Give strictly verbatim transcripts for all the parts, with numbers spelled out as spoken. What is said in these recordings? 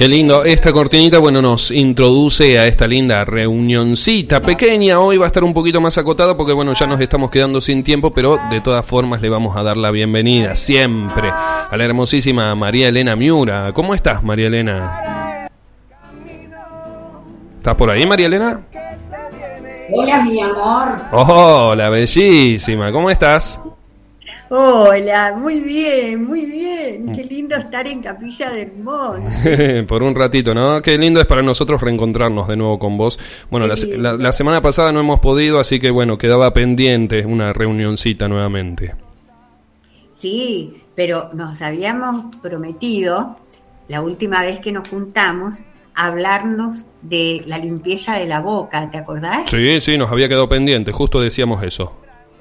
Qué lindo, esta cortinita, bueno, nos introduce a esta linda reunioncita pequeña. Hoy va a estar un poquito más acotada porque, bueno, ya nos estamos quedando sin tiempo, pero de todas formas le vamos a dar la bienvenida siempre a la hermosísima María Elena Miura. ¿Cómo estás, María Elena? ¿Estás por ahí, María Elena? Hola, mi amor. Hola, bellísima, ¿cómo estás? Hola, muy bien, muy bien. Qué lindo estar en Capilla del Monte. Por un ratito, ¿no? Qué lindo es para nosotros reencontrarnos de nuevo con vos. Bueno, la, la, la semana pasada no hemos podido, así que bueno, quedaba pendiente una reunioncita nuevamente. Sí, pero nos habíamos prometido, la última vez que nos juntamos, hablarnos de la limpieza de la boca, ¿te acordás? Sí, sí, nos había quedado pendiente, justo decíamos eso.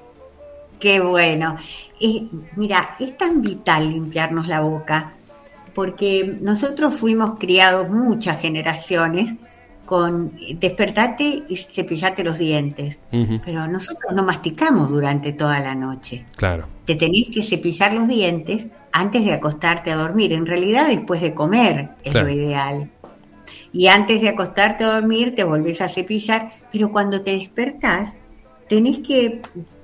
Qué bueno. Eh, mira, es tan vital limpiarnos la boca, porque nosotros fuimos criados muchas generaciones con despertate y cepillate los dientes, uh-huh. Pero nosotros no masticamos durante toda la noche. Claro. Te tenés que cepillar los dientes antes de acostarte a dormir. En realidad, después de comer es claro. Lo ideal. Y antes de acostarte a dormir te volvés a cepillar, pero cuando te despertás tenés que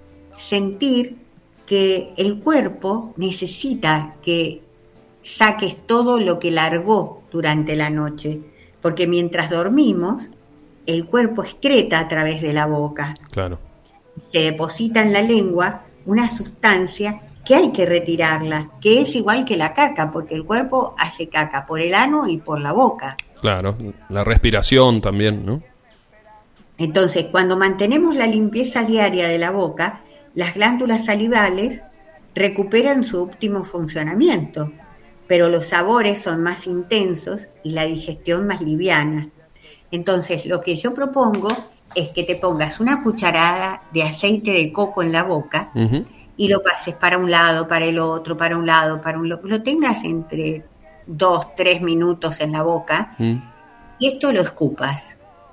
sentir que el cuerpo necesita que saques todo lo que largó durante la noche, porque mientras dormimos, el cuerpo excreta a través de la boca. Claro. Se deposita en la lengua una sustancia que hay que retirarla, que es igual que la caca, porque el cuerpo hace caca por el ano y por la boca. Claro, la respiración también, ¿no? Entonces, cuando mantenemos la limpieza diaria de la boca, las glándulas salivales recuperan su óptimo funcionamiento, pero los sabores son más intensos y la digestión más liviana. Entonces, lo que yo propongo es que te pongas una cucharada de aceite de coco en la boca uh-huh. y lo pases para un lado, para el otro, para un lado, para un lado, lo tengas entre dos, tres minutos en la boca uh-huh. y esto lo escupas.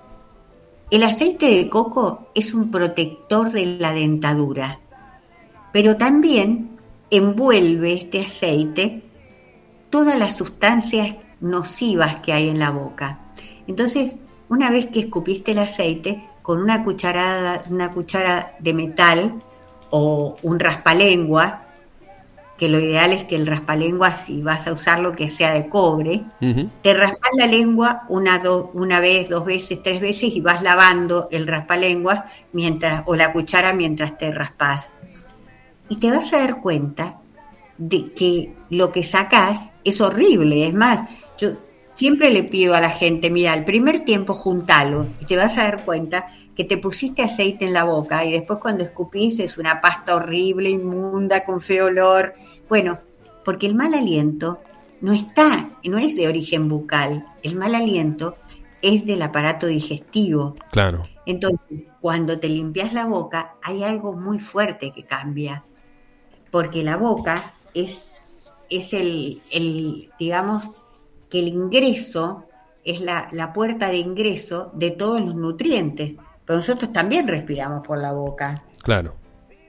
El aceite de coco es un protector de la dentadura, pero también envuelve este aceite todas las sustancias nocivas que hay en la boca. Entonces, una vez que escupiste el aceite, con una cucharada, una cuchara de metal o un raspalengua, que lo ideal es que el raspalengua, si vas a usarlo, que sea de cobre, uh-huh. te raspas la lengua una, do, una vez, dos veces, tres veces y vas lavando el raspalengua mientras, o la cuchara mientras te raspas. Y te vas a dar cuenta de que lo que sacás es horrible. Es más, yo siempre le pido a la gente, mira, el primer tiempo juntalo y te vas a dar cuenta que te pusiste aceite en la boca y después cuando escupís es una pasta horrible, inmunda, con feo olor. Bueno, porque el mal aliento no está, no es de origen bucal, el mal aliento es del aparato digestivo. Claro. Entonces, cuando te limpias la boca, hay algo muy fuerte que cambia, porque la boca es, es el, el, digamos, que el ingreso, es la, la puerta de ingreso de todos los nutrientes. Pero nosotros también respiramos por la boca. Claro.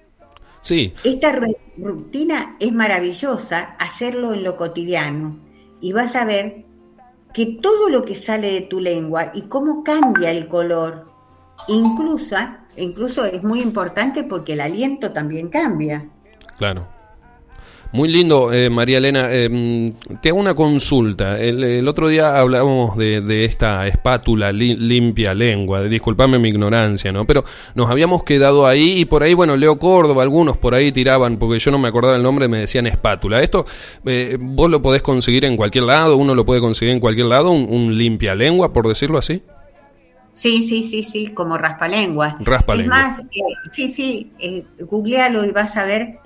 Sí. Esta re- rutina es maravillosa, hacerlo en lo cotidiano. Y vas a ver que todo lo que sale de tu lengua y cómo cambia el color, incluso, incluso es muy importante porque el aliento también cambia. Claro. Muy lindo, eh, María Elena. Eh, te hago una consulta. El, el otro día hablábamos de, de esta espátula li, limpia lengua. Disculpame mi ignorancia, ¿no? Pero nos habíamos quedado ahí y por ahí, bueno, Leo Córdoba, algunos por ahí tiraban, porque yo no me acordaba el nombre, me decían espátula. Esto, eh, vos lo podés conseguir en cualquier lado, uno lo puede conseguir en cualquier lado, un, un limpia lengua, por decirlo así. Sí, sí, sí, sí, como raspalengua. Raspalengua. Es más, eh, sí, sí, eh, googlealo y vas a ver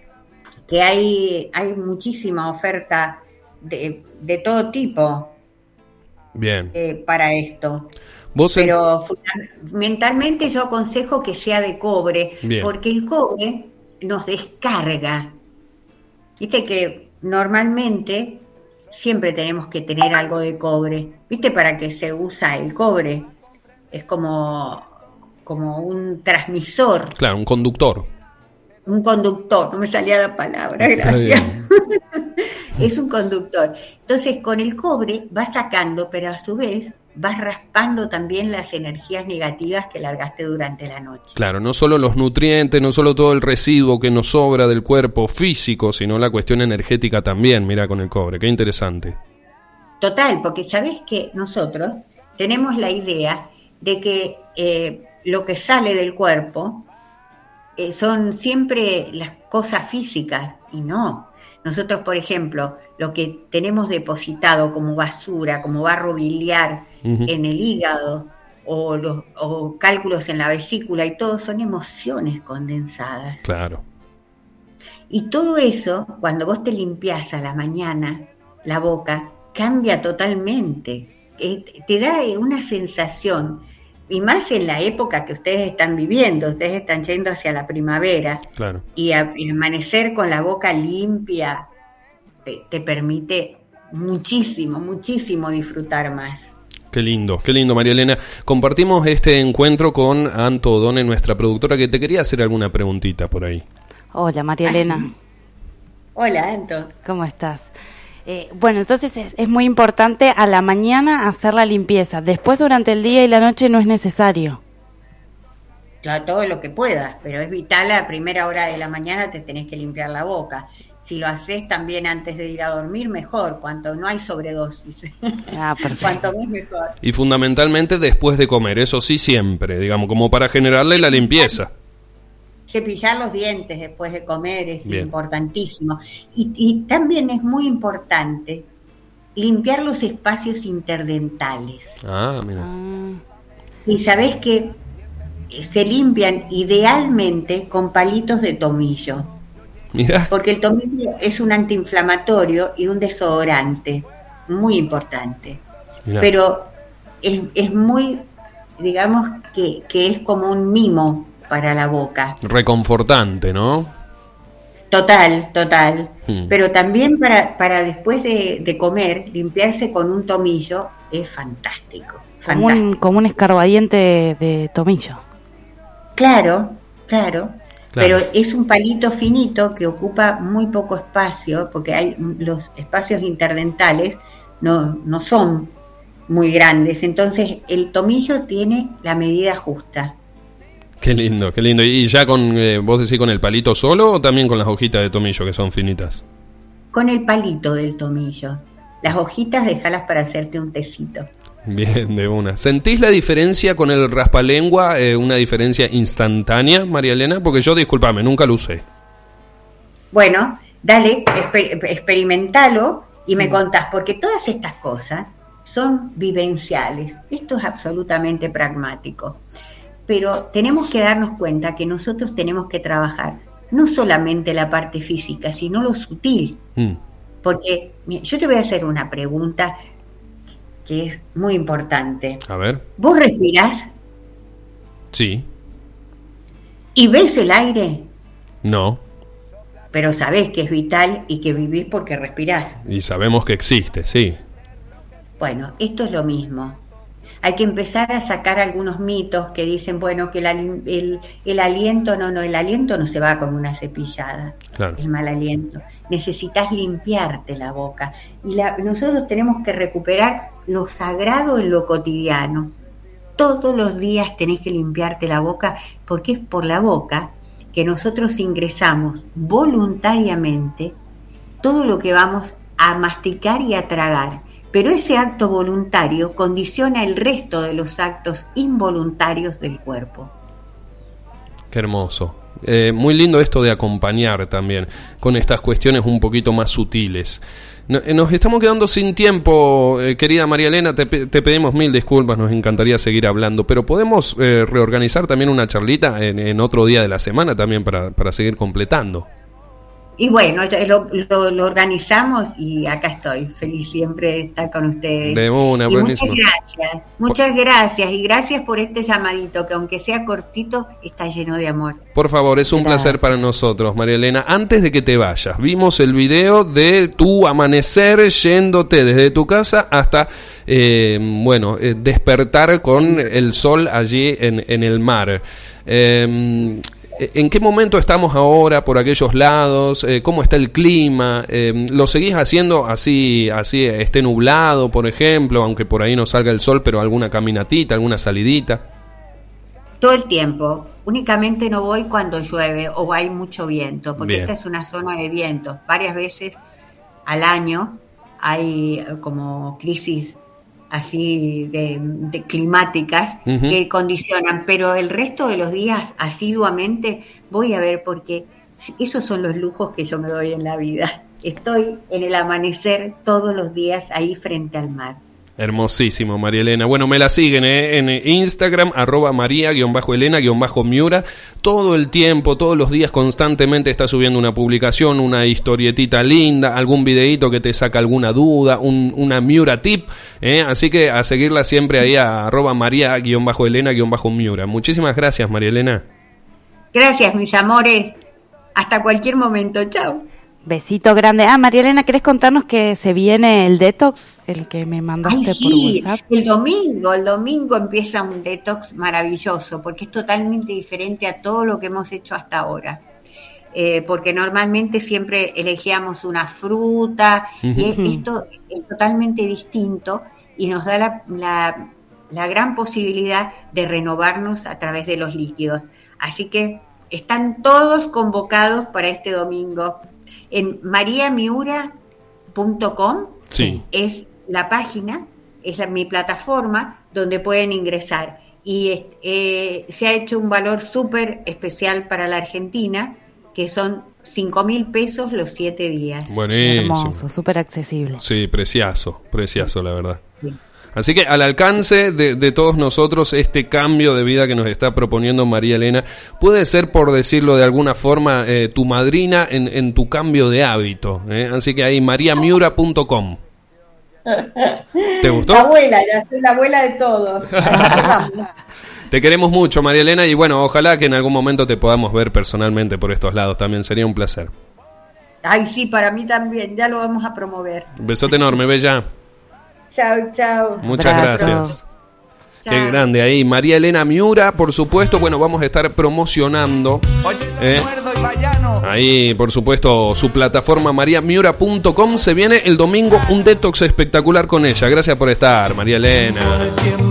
que hay, hay muchísima oferta de, de todo tipo. Bien. Eh, para esto. ¿Vos Pero en... fundamentalmente yo aconsejo que sea de cobre, bien, porque el cobre nos descarga. Viste que normalmente siempre tenemos que tener algo de cobre. ¿Viste para qué se usa el cobre? Es como, como un transmisor. Claro, un conductor. Un conductor, no me salía la palabra, gracias. es un conductor. Entonces, con el cobre vas sacando, pero a su vez vas raspando también las energías negativas que largaste durante la noche. Claro, no solo los nutrientes, no solo todo el residuo que nos sobra del cuerpo físico, sino la cuestión energética también, mira, con el cobre. Qué interesante. Total, porque sabés que nosotros tenemos la idea de que eh, lo que sale del cuerpo eh, son siempre las cosas físicas, y no. Nosotros, por ejemplo, lo que tenemos depositado como basura, como barro biliar uh-huh. en el hígado, o, los, o cálculos en la vesícula, y todo son emociones condensadas. Claro. Y todo eso, cuando vos te limpiás a la mañana la boca, cambia totalmente. Eh, te da una sensación, y más en la época que ustedes están viviendo, ustedes están yendo hacia la primavera, claro. y, a, y amanecer con la boca limpia te, te permite muchísimo, muchísimo disfrutar más. Qué lindo, qué lindo, María Elena. Compartimos este encuentro con Anto O'Donnell, nuestra productora, que te quería hacer alguna preguntita por ahí. Hola, María Elena. Hola, Anto. ¿Cómo estás? Eh, bueno, entonces es, es muy importante a la mañana hacer la limpieza. Después, durante el día y la noche, no es necesario. Claro, todo lo que puedas, pero es vital a la primera hora de la mañana te tenés que limpiar la boca. Si lo haces también antes de ir a dormir, mejor, cuanto no hay sobredosis. Ah, perfecto. Cuanto más mejor. Y fundamentalmente después de comer, eso sí siempre, digamos, como para generarle la limpieza. Cepillar los dientes después de comer es Bien. importantísimo. Y, y también es muy importante limpiar los espacios interdentales. Ah, mira. Ah. Y sabés que se limpian idealmente con palitos de tomillo. Mira. Porque el tomillo es un antiinflamatorio y un desodorante muy importante. Mirá. Pero es, es muy, digamos, que, que es como un mimo para la boca. Reconfortante, ¿no? Total, total. Hmm. Pero también para, para después de, de comer, limpiarse con un tomillo es fantástico. Como un, como un escarbadiente de, de tomillo. Claro, claro. Claro. Pero es un palito finito que ocupa muy poco espacio, porque hay los espacios interdentales no, no son muy grandes. Entonces el tomillo tiene la medida justa. Qué lindo, qué lindo. ¿Y ya con, eh, vos decís con el palito solo o también con las hojitas de tomillo que son finitas? Con el palito del tomillo. Las hojitas déjalas para hacerte un tecito. Bien, de una. ¿Sentís la diferencia con el raspalengua, eh, una diferencia instantánea, María Elena? Porque yo, discúlpame, nunca lo usé. Bueno, dale, exper- experimentalo y me contás, porque todas estas cosas son vivenciales. Esto es absolutamente pragmático. Pero tenemos que darnos cuenta que nosotros tenemos que trabajar no solamente la parte física, sino lo sutil. Mm. Porque mira, yo te voy a hacer una pregunta que es muy importante. A ver. ¿Vos respirás Sí. y ves el aire? No. Pero sabés que es vital y que vivís porque respirás. Y sabemos que existe, sí. Bueno, esto es lo mismo. Hay que empezar a sacar algunos mitos que dicen, bueno, que el, el, el aliento, no, no, el aliento no se va con una cepillada, Claro. el mal aliento. Necesitas limpiarte la boca. Y la, nosotros tenemos que recuperar lo sagrado en lo cotidiano. Todos los días tenés que limpiarte la boca, porque es por la boca que nosotros ingresamos voluntariamente todo lo que vamos a masticar y a tragar. Pero ese acto voluntario condiciona el resto de los actos involuntarios del cuerpo. Qué hermoso. Eh, muy lindo esto de acompañar también con estas cuestiones un poquito más sutiles. No, eh, nos estamos quedando sin tiempo, eh, querida María Elena, te, te pedimos mil disculpas, nos encantaría seguir hablando, pero podemos eh, reorganizar también una charlita en, en otro día de la semana también para, para seguir completando. Y bueno, lo, lo, lo organizamos y acá estoy, feliz siempre de estar con ustedes. De una, y buenísimo. muchas gracias, muchas gracias y gracias por este llamadito que aunque sea cortito está lleno de amor. Por favor, es un Gracias. placer para nosotros, María Elena. Antes de que te vayas, vimos el video de tu amanecer yéndote desde tu casa hasta, eh, bueno, eh, despertar con el sol allí en, en el mar. Eh, ¿En qué momento estamos ahora por aquellos lados? Eh, ¿Cómo está el clima? Eh, ¿Lo seguís haciendo así, así esté nublado, por ejemplo, aunque por ahí no salga el sol, pero alguna caminatita, alguna salidita? Todo el tiempo. Únicamente no voy cuando llueve o hay mucho viento, porque Bien. esta es una zona de vientos. Varias veces al año hay como crisis así de, de climáticas uh-huh. que condicionan, pero el resto de los días asiduamente voy a ver, porque esos son los lujos que yo me doy en la vida. Estoy en el amanecer todos los días ahí frente al mar. Hermosísimo, María Elena. Bueno, me la siguen ¿eh? en Instagram, arroba María-Elena-Miura. Todo el tiempo, todos los días, constantemente está subiendo una publicación, una historietita linda, algún videíto que te saca alguna duda, un, una Miura tip. ¿eh? Así que a seguirla siempre ahí a arroba María-Elena-Miura. Muchísimas gracias, María Elena. Gracias, mis amores. Hasta cualquier momento. Chao. Besito grande. Ah, María Elena, ¿querés contarnos que se viene el detox? El que me mandaste Ay, sí, por WhatsApp. El domingo, el domingo empieza un detox maravilloso, porque es totalmente diferente a todo lo que hemos hecho hasta ahora. Eh, porque normalmente siempre elegíamos una fruta, uh-huh. y esto es totalmente distinto y nos da la, la, la gran posibilidad de renovarnos a través de los líquidos. Así que están todos convocados para este domingo. En maria miura punto com sí. es la página, es la, mi plataforma donde pueden ingresar. Y eh, se ha hecho un valor súper especial para la Argentina, que son cinco mil pesos los siete días. Buenísimo. Hermoso, súper accesible. Sí, precioso, precioso, la verdad. Sí. Así que al alcance de, de todos nosotros este cambio de vida que nos está proponiendo María Elena puede ser, por decirlo de alguna forma, eh, tu madrina en, en tu cambio de hábito. ¿eh? Así que ahí maria miura punto com. ¿Te gustó? La abuela, ya soy la abuela de todos. Te queremos mucho, María Elena, y bueno, ojalá que en algún momento te podamos ver personalmente por estos lados. También sería un placer. Ay, sí, para mí también. Ya lo vamos a promover. Besote enorme, bella. Chao, chao. Muchas Brazo. gracias. Chao. Qué grande ahí. María Elena Miura, por supuesto. Bueno, vamos a estar promocionando eh, ahí, por supuesto, su plataforma maria miura punto com. Se viene el domingo un detox espectacular con ella. Gracias por estar, María Elena.